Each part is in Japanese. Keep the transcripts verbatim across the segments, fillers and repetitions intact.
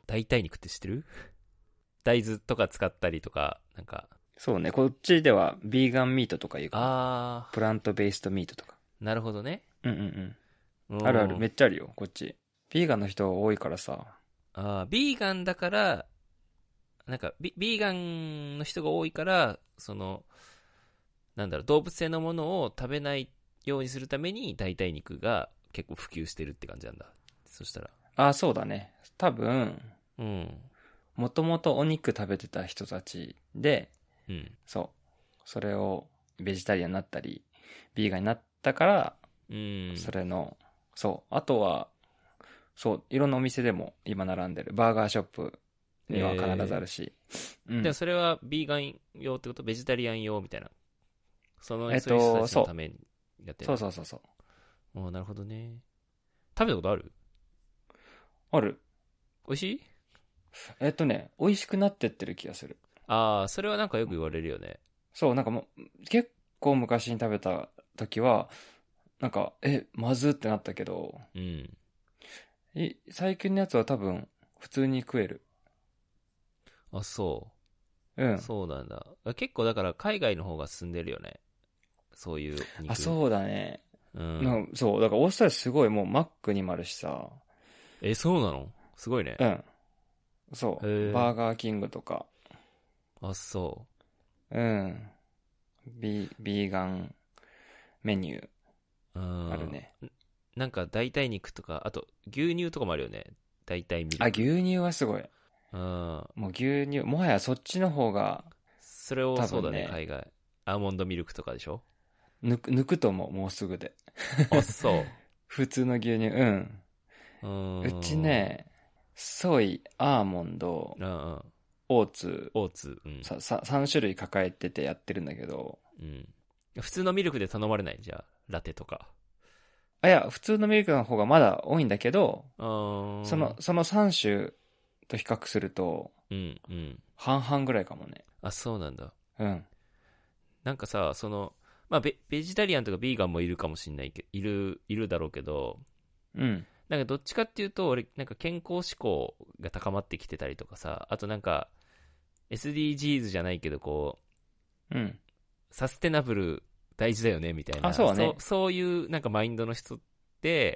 代替肉って知ってる？大豆とか使ったりとか、なんか。 そうね、こっちではビーガンミートとかいうか、 あプラントベーストミートとか。 ー、なるほどね。 うんうんうん。 うん。 あるある、めっちゃあるよ、こっち。ビーガンの人多いからさ。 あー、ビーガンだから、なんかビ、ビーガンの人が多いから、その、なんだろう、動物性のものを食べないようにするために代替肉が結構普及してるって感じなんだ。そしたら。 あ、そうだね。多分、 うん。 もともとお肉食べてた人たちで、 うん。 そう。それをベジタリアンになったり、ビーガンになったから、 うん。 それの、そう。あとは、そう、いろんなお店でも今並んでる。バーガーショップには必ずあるし。うん。 でもそれはビーガン用ってこと？ベジタリアン用みたいな。その、 えっそういう人たと、そう。 ちのためにやってるの？ そうそうそうそう。 おー、なるほどね。食べたことある？ ある。 美味しい？ えっとね、美味しくなってってる気がする。 ああ、それはなんかよく言われるよね。 そう、なんかもう、結構昔に食べた時は、なんか、え、まずってなったけど、 うん。 い最近のやつは多分、普通に食える。 あ、そうう。 ん。 そうなんだ。結構だから海外の方が進んでるよね。そういうあ、 肉。 そうだね。 うん。 なそう、だからオーストラリアすごいもうマックにもあるしさ。 え、そうなの？すごいね。 うん。そう。 へえ。 バーガーキングとか。 あ、そうん。ビ、ビーガンメニューう。うん。 あるね。 なんか代替肉とか、あと牛乳とかもあるよね。代替ミルあ、 ク。 牛乳はすごい。 うん。 もう牛乳、もはやそっちの方がそれを多そうだね、 分ね、 海外。アーモンドミルクとかでしょ？ 抜く、抜くとももうすぐで。 あ、そ普通の牛乳、うん。 う。ううちーん。 ね、ソイ、アーモンド、 うんうん。 オーツ、 オーツ。うん。 さ、さ、さん種類抱えててやってるんだけど、 うん。普通のミルクで頼まれない？じゃあ、ラテとか。 あ、いや、普通のミルクの方がまだ多いんだけど、 うーん。 その、そのさん種と比較すると、 うんうん。 半々ぐらいかもね。 あ、そうなんだ。 うん。 なんかさ、その、まあベ、ベジタリアンとかビーガンもいるかもしんないけど、いる、いるだろうけど、 うん。 なんかどっちかっていうと、俺、なんか健康志向が高まってきてたりとかさ、あとなんか、エスディージーズ じゃないけど、こうん。 う、サステナブル大事だよね、みたいあ、 な、そう、 そうね。 そういうなんかマインドの人って、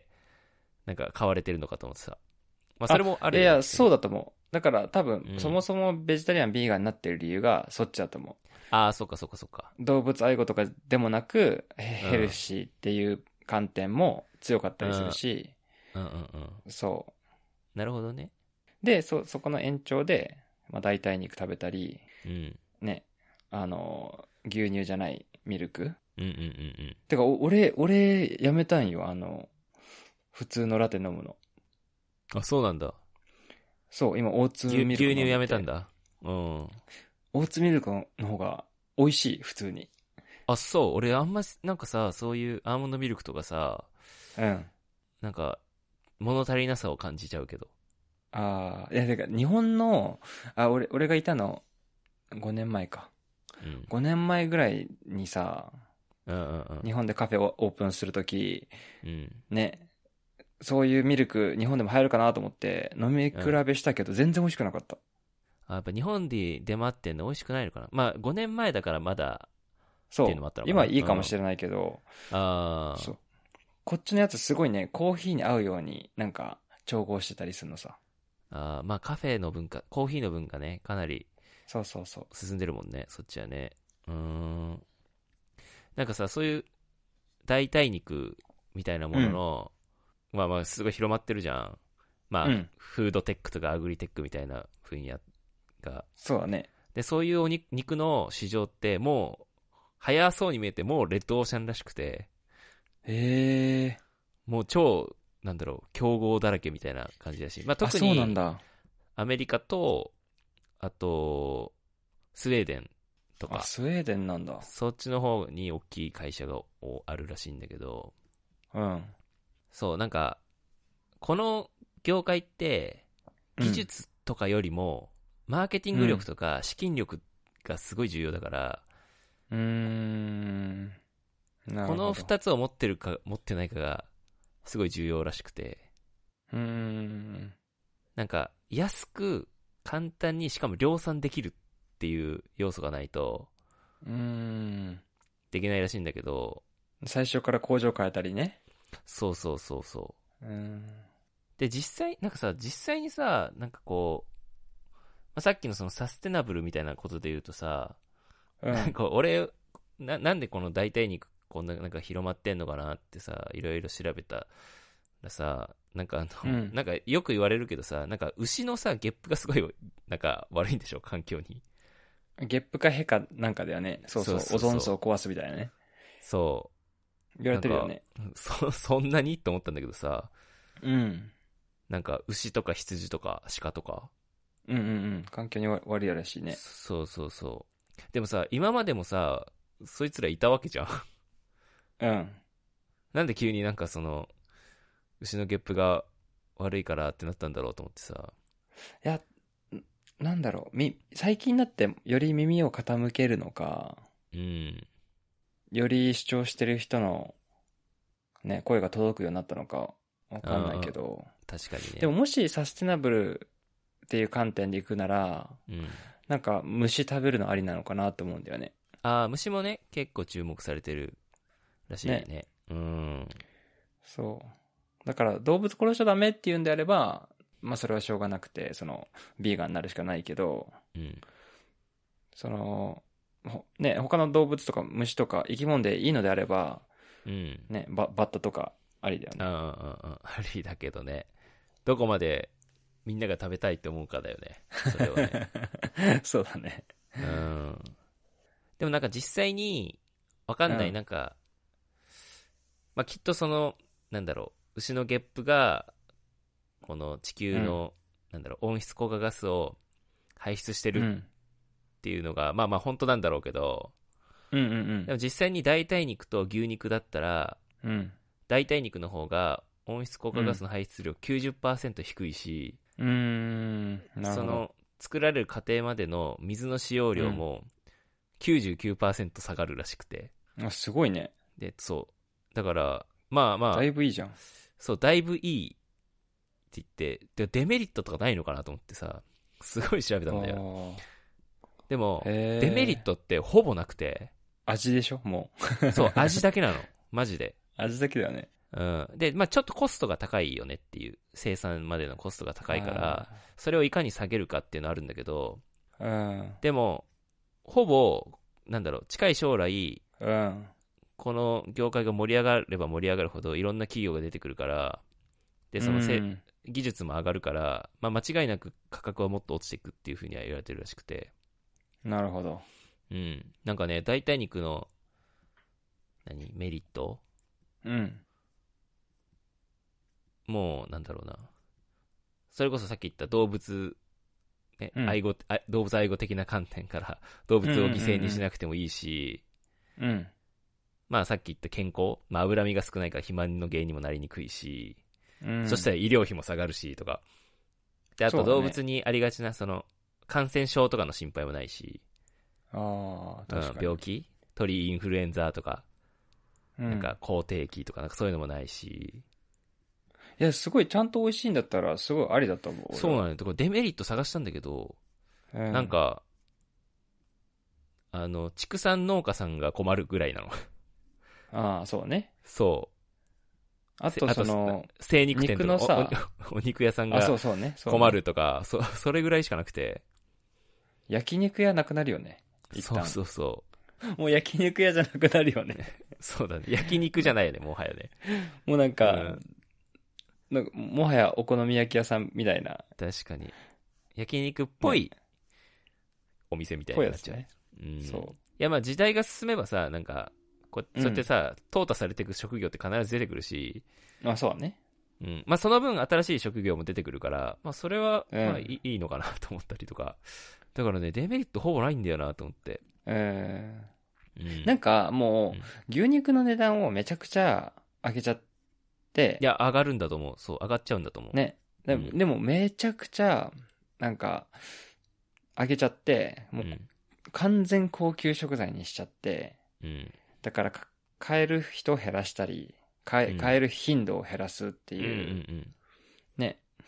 なんか買われてるのかと思ってさ。まあ、そあ、 れもあるよね、 いやいや、 きっとね。 そうだと思う。だから多分、そうん。 もそもベジタリアン、ビーガンになってる理由がそっちだと思ああ、そっかそっかそっか。 う。動物愛護とかでもなく、ヘヘルうん。 シーっていう観点も強かったりするうん。 し、 うんうんうん。 そなるほどね。 う。で、そ、そこの延長で、まあ、代替肉食べたり、 うん。 ね、あの、牛乳じゃないミルク。 うんうんうんてか、お俺、俺、やめたんよ。あの、普通のラテ飲むの。 うん。あ、そうなんだ。 そう、今、オーツ牛、 ミルク牛乳飲んでて。 やめたんだ。うん。 オーツミルクの方が美味しい、普通に。 あ、そう。俺あんま、なんかさ、そういうアーモンドミルクとかさ、 うん。 なんか、物足りなさを感じちゃうけど。 ああ、いや、てか、日本の、あ、俺、俺がいたの、ごねんまえか。 うん。 ごねんまえぐらいにさ、 うんうん日本でカフェをオープンするとき、 うん。うん。 ね、そういうミルク、日本でも入るかなと思って、飲み比うん。 べしたけど、全然美味しくなかった。 あ、やっぱ日本で出回ってんの美味しくないのかな。まあ、ごねんまえだからまだっていうのそう。 もあったのかな。 今はいいうん。 かもしれないけど、 あそう。こっちのやつすごいね、コーヒーに合うようになんか調合してたりするのさ。 ーあー、まあカフェの文化、コーヒーの文化ね、かなりそうそうそう。 進んでるもんね、そっちはね。うーん。なんかさ、そういう代替肉みたいなもうん。 のの、まあまあ、すごい広まってるじゃん。まあ、 うん。 フードテックとかアグリテックみたいな分野が。 そうだね。 で、そういうお肉肉の市場ってもう、早そうに見えてもうレッドオーシャンらしくて、 へえ。 もう超、なんだろう、競合だらけみたいな感じだし、まああ、そうなん特にだ。 アメリカと、あと、スウェーデンとあ、 か、 スウェーデンなんだ。 そっちの方に大きい会社がおあるらしいんだけど、 うん。 そう、なんか、この業界って、技うん。 術とかよりも、マーケティング力うん。 とか資金力がすごい重要だから、 うーん。なこのるほど。 二つを持ってるか持ってないかがすごい重要らしくて、 うーん。 なんか安く簡単にしかも量産できるっていう要素がないとうーん。 できないらしいんだけど、 最初から工場変えたりね。 そうそうそうそう。 うーん。 で、実際、なんかさ、実際にさ、なんかこう、まあ、さっきのそのサステナブルみたいなことで言うとさ、 うん。 なんか俺な、なんでこの代替肉こんななんか広まってんのかなってさ、いろいろ調べたらさ、なんかあの、 うん、 なんかよく言われるけどさ、なんか牛のさ、ゲップがすごい、なんか悪いんでしょ、環境に。 ゲップかヘかなんかだよね。そうそう。 そうそうそうオゾン層を壊すみたいなね。 そ言わう。なんか、 れてるよね。 そ、そんなにと思ったんだけどさ、 うん。 なんか牛とか羊とか鹿とか、 うんうんうん。環境に悪いらしいね。 そうそうそう。でもさ、今までもさ、そいつらいたわけじゃん。 うん。 なんで急になんかその、牛のゲップが悪いからってなったんだろうと思ってさ。 いや、なんだろう。み、最近になってより耳を傾けるのか、 うん。 より主張してる人のね、声が届くようになったのかわかんないけど。 確かにね。 でももしサステナブルっていう観点でいくなら、 うん。 なんか虫食べるのありなのかなと思うんだよね。 ああ、虫もね、結構注目されてるらしいね。 ね。 うん。 そう。だから動物殺しちゃダメっていうんであれば、まあそれはしょうがなくて、その、ビーガンになるしかないけど、 うん。 その、ほね、他の動物とか虫とか生き物でいいのであれば、 うん。 ね、ババッタとかありだよあね。 あ、ああ、ありだけどね。どこまでみんなが食べたいって思うかだよね。それをね。 そうだね。 うん。でもなんか実際に、わかんない、 うん。 なんか、まあ、きっとその、なんだろう、牛のゲップが、この地球うん。 の、なんだろう、温室効果ガスを排出してるうん。 っていうのが、まあまあ本当なんだろうけど、 うんうんでも実際に代替肉と牛肉だったら、 うん。うん。 代替肉の方が温室効果ガスうん。 の排出量きゅうじゅっパーセント低いし、 うーん。なるほど。 その作られる過程までの水の使用うん。 量もきゅうじゅうきゅうパーセント下がるらしくて。 あ、すごいね。 で、そう。だから、まあだまあ、 いぶいいじゃん。 そう、だいぶいいって言って、でデメリットとかないのかなと思ってさ、すごい調べたあんだよ。 あ。 でも、デメリッへえ。 トってほぼなくて、 味でしょもそう、 う。 味だけなの。マジで。 味だけだよね。 うん。で、まあちょっとコストが高いよねっていう、生産までのコストが高いから、 あそれをいかに下げるかっていうのはあるんだけど、 あ。うん。 でも、ほぼ、なんだろう、近い将来、 うん。 この業界が盛り上がれば盛り上がるほど、いろんな企業が出てくるから、で、そのせ、 うん。 技術も上がるから、まあ間違いなく価格はもっと落ちていくっていうふうには言われてるらしくて、 なるほど。 うん。なんかね、代替肉の、何、メリットうん。 もう、なんだろうな。それこそさっき言った動物、ね、 うん。 愛護、あ動物愛護的な観点から動うんうん物を犠牲にしうんなくてもいいし、 うん。うん。 まあさっき言った健康、まあ脂身が少ないから肥満の原因にもなりにくいし、 うんそしたら医療費も下がるしとか。で、あとそうだね。 動物にありがちなその感染症とかの心配もないし、 ああ、 うん、 確かに。 病気鳥インフルエンザとか、 うん。 なんか口蹄疫とかなんかそういうのもないし、 いや、すごい、ちゃんと美味しいんだったら、すごいありだと思う、俺は。 そうなのよ。だからデメリット探したんだけど、 うん。 なんか、あの、畜産農家さんが困るぐらいなの。 ああ、そうね。 そう。 あと、 せあと、 その、 精肉店とか肉のさ、 おお、お肉屋さんあ、 がそうそうね。そうね困るとか、そ、それぐらいしかなくて。 焼肉屋なくなるよね。一旦。 そうそうそもう焼肉屋じゃなくなるよね。 う。そうだね。焼肉じゃないよね、もはやね。 もうなんか、 うんなんかもはやお好み焼き屋さんみたいな、 確かに。焼肉っぽいお店みたいになっちゃう。 ぽいやうん。いそや、まあ時代が進めばさ、なんか、こそうやってさ、淘汰されていく職業って必ず出てくるし、 う。まあそうだね。 うん。まあその分新しい職業も出てくるから、まあそれは、 うんまあいいいいのかなと思ったりとか。だからね、デメリットほぼないんだよなと思って。 うん。 うん。 なんかもうんう、牛肉の値段をめちゃくちゃ上げちゃってい、や、上がるんだと思う。そう、上がっちゃうんだと思う。 ね。でも、 うんでもめちゃくちゃ、なんか、上げちゃって、もううん。 完全高級食材にしちゃって、 うん。 だからか買える人を減らしたり、買えうん買える頻度を減らすってうんうんういう、 ん。 ね、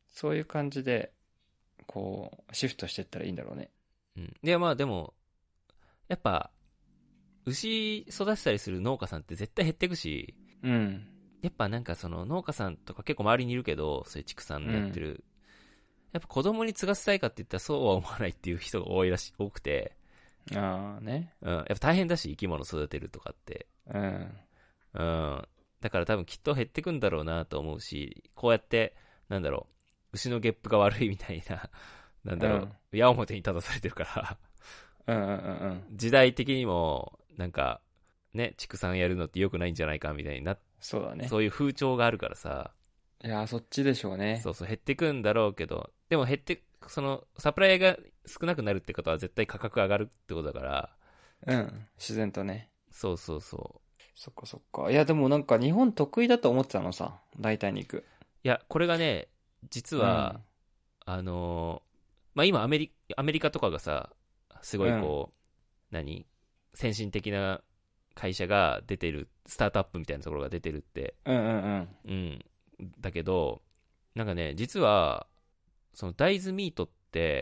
そういう感じで、こう、シフトしていったらいいんだろうね。 うん。で、まあでも、やっぱ、牛育てたりする農家さんって絶対減っていくし、 うん。 やっぱなんかその農家さんとか結構周りにいるけど、そういう畜産やってる、うん、やっぱ子供に継がせたいかって言ったらそうは思わないっていう人が多いらし、多くて。 ああね。 うん。やっぱ大変だし、生き物育てるとかって。 うん。 うん。だから多分きっと減ってくんだろうなと思うし、こうやって、なんだろう、牛のゲップが悪いみたいな、なんだろう、うん、矢面に立たされてるからうんうんうんうん。 時代的にも、なんか、ね、畜産やるのって良くないんじゃないかみたいになっそうだね。 そういう風潮があるからさ。 いやー、そっちでしょうね。 そうそう、減ってくんだろうけど、でも減って、その、サプライが少なくなるってことは絶対価格上がるってことだから。 うん、自然とね。 そうそうそう。 そっかそっか。いや、でもなんか日本得意だと思ってたのさ、代替肉。 いや、これがね、実は、うん、あのー、まあ、今アメリ、アメリカとかがさ、すごいこう、うん、何先進的な会社が出てる、スタートアップみたいなところが出てるって。 うんうんうん。 うん。だけど、なんかね、実は、その大豆ミートって、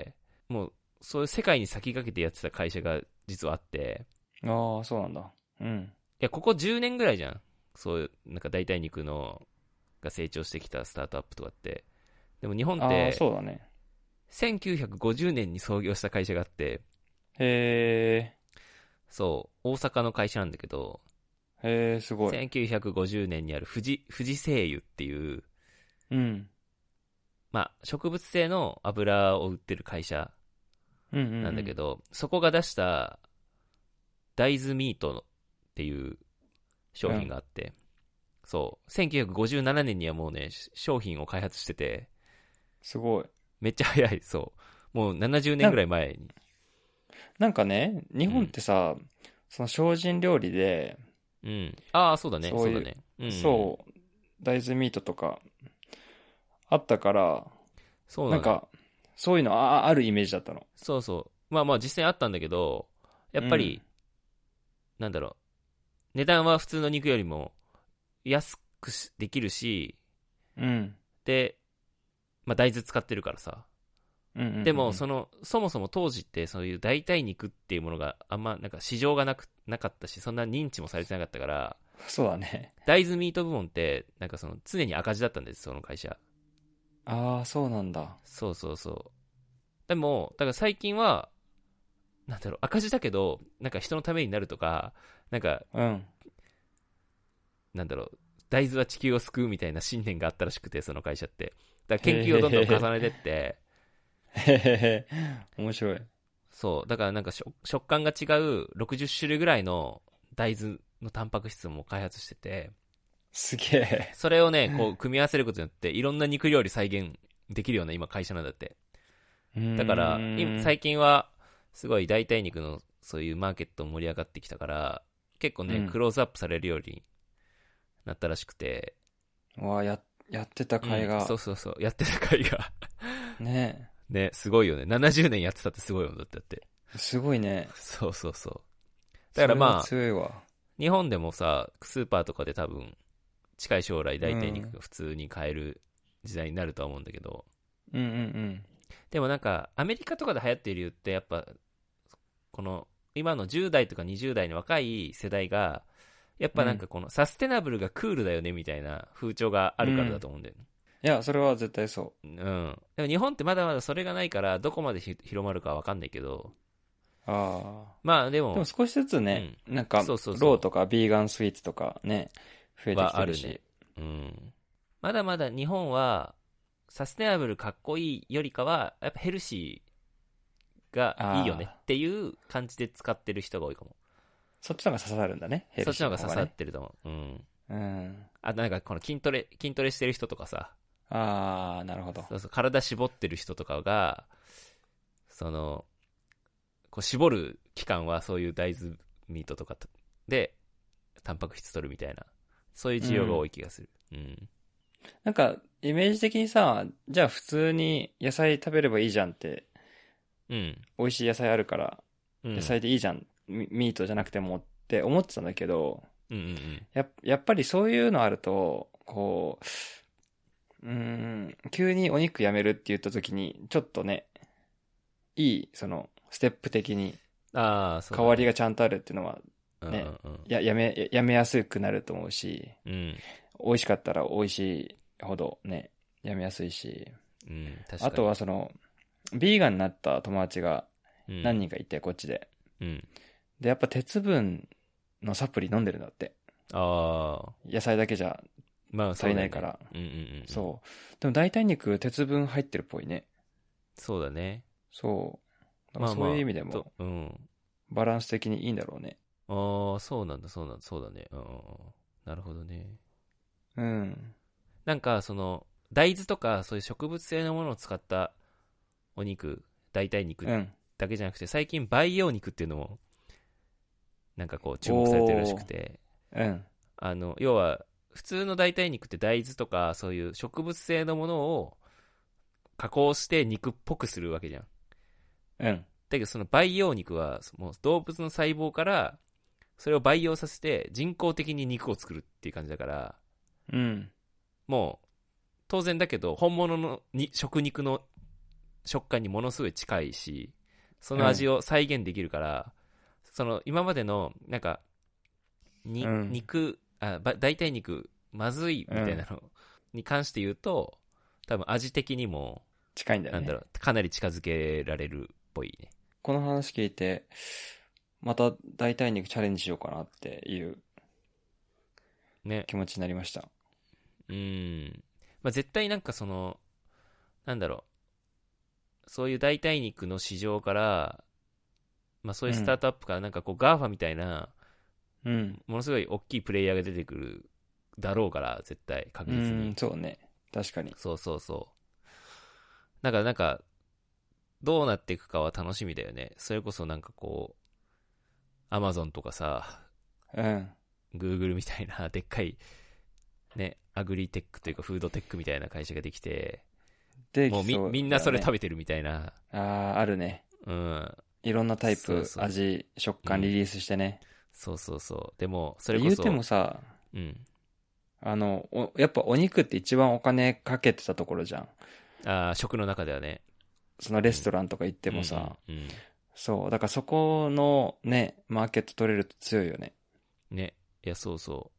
もう、そういう世界に先駆けてやってた会社が実はあって。 ああ、そうなんだ。うん。 いや、ここじゅうねんぐらいじゃん。そういう、なんか代替肉の、が成長してきたスタートアップとかって。でも日本って、 そうだね。 せんきゅうひゃくごじゅうねんに創業した会社があって。 へえ。 そう、大阪の会社なんだけど。 へえ、すごい。 せんきゅうひゃくごじゅうねんにある富士、富士製油っていう、 うん。 まあ、植物性の油を売ってる会社なんだけど、うんうんうん、そこが出した大豆ミートっていう商品があって、うん、そう、せんきゅうひゃくごじゅうななねんにはもうね、商品を開発してて、 すごい。 めっちゃ早い、そう。もうななじゅうねんぐらい前に。 なんかね、日本ってさ、うん、その精進料理で、 うん。ああ、そうだね、そうだね。 うん、そう、大豆ミートとか、あったから、 そうななんか、そういうの あ, あるイメージだったの。 そうそう。まあまあ実際あったんだけど、やっぱり、うん、なんだろう、値段は普通の肉よりも安くできるし、 うん。 で、まあ大豆使ってるからさ。 うんうんうんうん、 でも、その、そもそも当時ってそういう代替肉っていうものがあんまなんか市場がなく、なかったし、そんな認知もされてなかったから、 そうだね。 大豆ミート部門って、なんかその常に赤字だったんです、その会社。 ああ、そうなんだ。 そうそうそう。でも、だから最近は、なんだろう、赤字だけど、なんか人のためになるとか、なんか、 うん。 なんだろう、大豆は地球を救うみたいな信念があったらしくて、その会社って。だから研究をどんどん重ねてって、 へへへ、面白い。 そう、だからなんか食感が違うろくじゅっしゅるいぐらいの大豆のタンパク質も開発してて、 すげえ。 それをね、こう組み合わせることによって、いろんな肉料理再現できるような今会社なんだって。だから、最近は、すごい代替肉のそういうマーケット盛り上がってきたから、結構ね、うん、クローズアップされるようになったらしくて。 わあ、や、やってた甲斐が、 うん。そうそうそう、やってた甲斐が。 ねえ。ね、すごいよね。ななじゅうねんやってたってすごいよ、だってだって。 すごいね。 そうそうそう。だからまあ、 強いわ。 日本でもさ、スーパーとかで多分、近い将来代替肉が普通に買える時代になるとは思うんだけど。 うんうんうん。 でもなんか、アメリカとかで流行っている理由って、やっぱ、この、今のじゅう代とかにじゅう代の若い世代が、やっぱなんかこの、サステナブルがクールだよねみたいな風潮があるからだと思うんだよね。 うん、いや、それは絶対そう。 うん。でも日本ってまだまだそれがないから、どこまで広まるかわかんないけど。 ああ。 まあでも。 でも少しずつね、うん、なんか、そうそうそうローとかビーガンスイーツとかね、増えてきてるし。 ね、うん。まだまだ日本は、サステナブルかっこいいよりかは、やっぱヘルシーがいいよねっていう感じで使ってる人が多いかも。 そっちの方が刺さるんだね、 ヘルシーの方がね。そっちの方が刺さってると思う。うん。 うん。 あとなんかこの筋トレ、筋トレしてる人とかさ。 ああ、なるほど。 そうそう、体絞ってる人とかが、その、こう絞る期間はそういう大豆ミートとかで、タンパク質取るみたいな、そういう需要が多い気がする。うん。うん、 なんか、イメージ的にさ、じゃあ普通に野菜食べればいいじゃんって、 うん。 美味しい野菜あるから、野菜でいいじゃん、うん、ミートじゃなくてもって思ってたんだけど、 うんうんうん、 や, やっぱりそういうのあると、こう、 うーん、急にお肉やめるって言った時に、ちょっとね、いい、その、ステップ的に、 ああ、そうだね。 変わりがちゃんとあるっていうのは、ね、 うんうんや、やめ、やめやすくなると思うし、 うん。うん。 美味しかったら美味しいほどね、やめやすいし、 うん、確かに。 あとはその、ビーガンになった友達がうん、 何人かいて、こっちで。 うん。 で、やっぱ鉄分のサプリ飲んでるんだって。 ああ、 野菜だけじゃまあ、 足りないから。 そうだよね。うんうんうん。 そう。でも代替肉、鉄分入ってるっぽいね。 そうだね。 そう。だからまあまあ。 そういう意味でもと、うん。 バランス的にいいんだろうね。 ああ、そうなんだ、そうなんだ、そうだね。うん。なるほどね。 うん。 なんか、その、大豆とか、そういう植物性のものを使ったお肉、代替肉うん。 だけじゃなくて、最近培養肉っていうのも、なんかこう、注目されてるらしくて、 うん。 あの、要は、普通の代替肉って大豆とか、そういう植物性のものを加工して肉っぽくするわけじゃん。 うん。 だけどその培養肉はもう動物の細胞からそれを培養させて人工的に肉を作るっていう感じだから、 うん。 もう当然だけど本物のに食肉の食感にものすごい近いし、その味を再現できるから、うん、その今までのなんかに、うん、肉あ代替肉まずいみたいなのに関して言うと、多分味的にも近いんだよね。 なんだろう、かなり近づけられるっぽいね。 この話聞いて、また代替肉チャレンジしようかなっていう気持ちになりました。 ね、うーん。まあ、絶対なんかその、なんだろう、そういう代替肉の市場から、まあそういうスタートアップからなんかこう、ガーファみたいな、 うん、 ものすごい大きいプレイヤーが出てくるだろうから、絶対、確実に。 うん、そうね。確かに。 そうそうそう。だからなんか、どうなっていくかは楽しみだよね。それこそなんかこう、アマゾンとかさ、 うん。 グーグルみたいなでっかい、ね、アグリテックというかフードテックみたいな会社ができて、 でもうみ、 そうだよね、 みんなそれ食べてるみたいな。 ああ、あるね。 うん。 いろんなタイプ、 そうそう味、食感リリースしてね。 うん、そうそうそう。でも、それこそ。 言うてもさ、 うん。 あの、おやっぱお肉って一番お金かけてたところじゃん。 ああ、食の中ではね。 そのレストランとか行ってもさ、 うんうんうん、 そう、だからそこのね、マーケット取れると強いよね。 ね。いや、そうそう。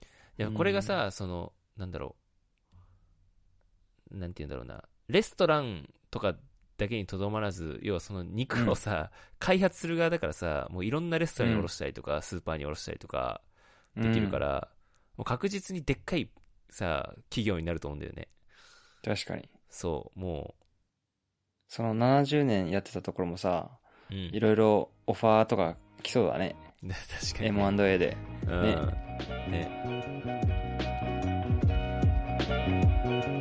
いや、これがさ、うん、その、なんだろう。なんて言うんだろうな。レストランとかだけにとどまらず、要はその肉をさ、うん、開発する側だからさ、もういろんなレストランに卸したりとか、うん、スーパーに卸したりとか、できるから、うん、もう確実にでっかいさ、企業になると思うんだよね。 確かに。 そう、もう。 そのななじゅうねんやってたところもさ、 うん、 いろいろオファーとか来そうだね。 確かに、ね。 エムアンドエー で。 うん、ね。ね。